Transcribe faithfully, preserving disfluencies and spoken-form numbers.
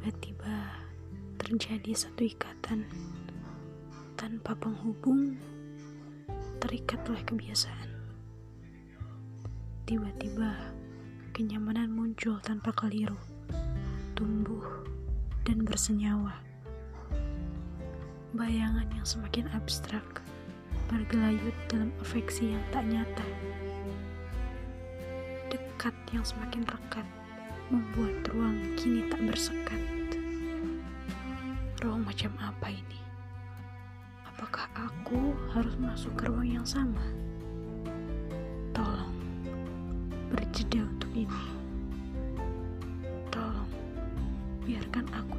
Tiba-tiba terjadi satu ikatan tanpa penghubung, terikat oleh kebiasaan. Tiba-tiba kenyamanan muncul tanpa keliru, tumbuh dan bersenyawa. Bayangan yang semakin abstrak bergelayut dalam afeksi yang tak nyata. Dekat yang semakin rekat membuat ruang kini tak bersekat. Ruang macam apa ini? Apakah aku harus masuk ke ruang yang sama? Tolong, berjeda untuk ini. Tolong, biarkan aku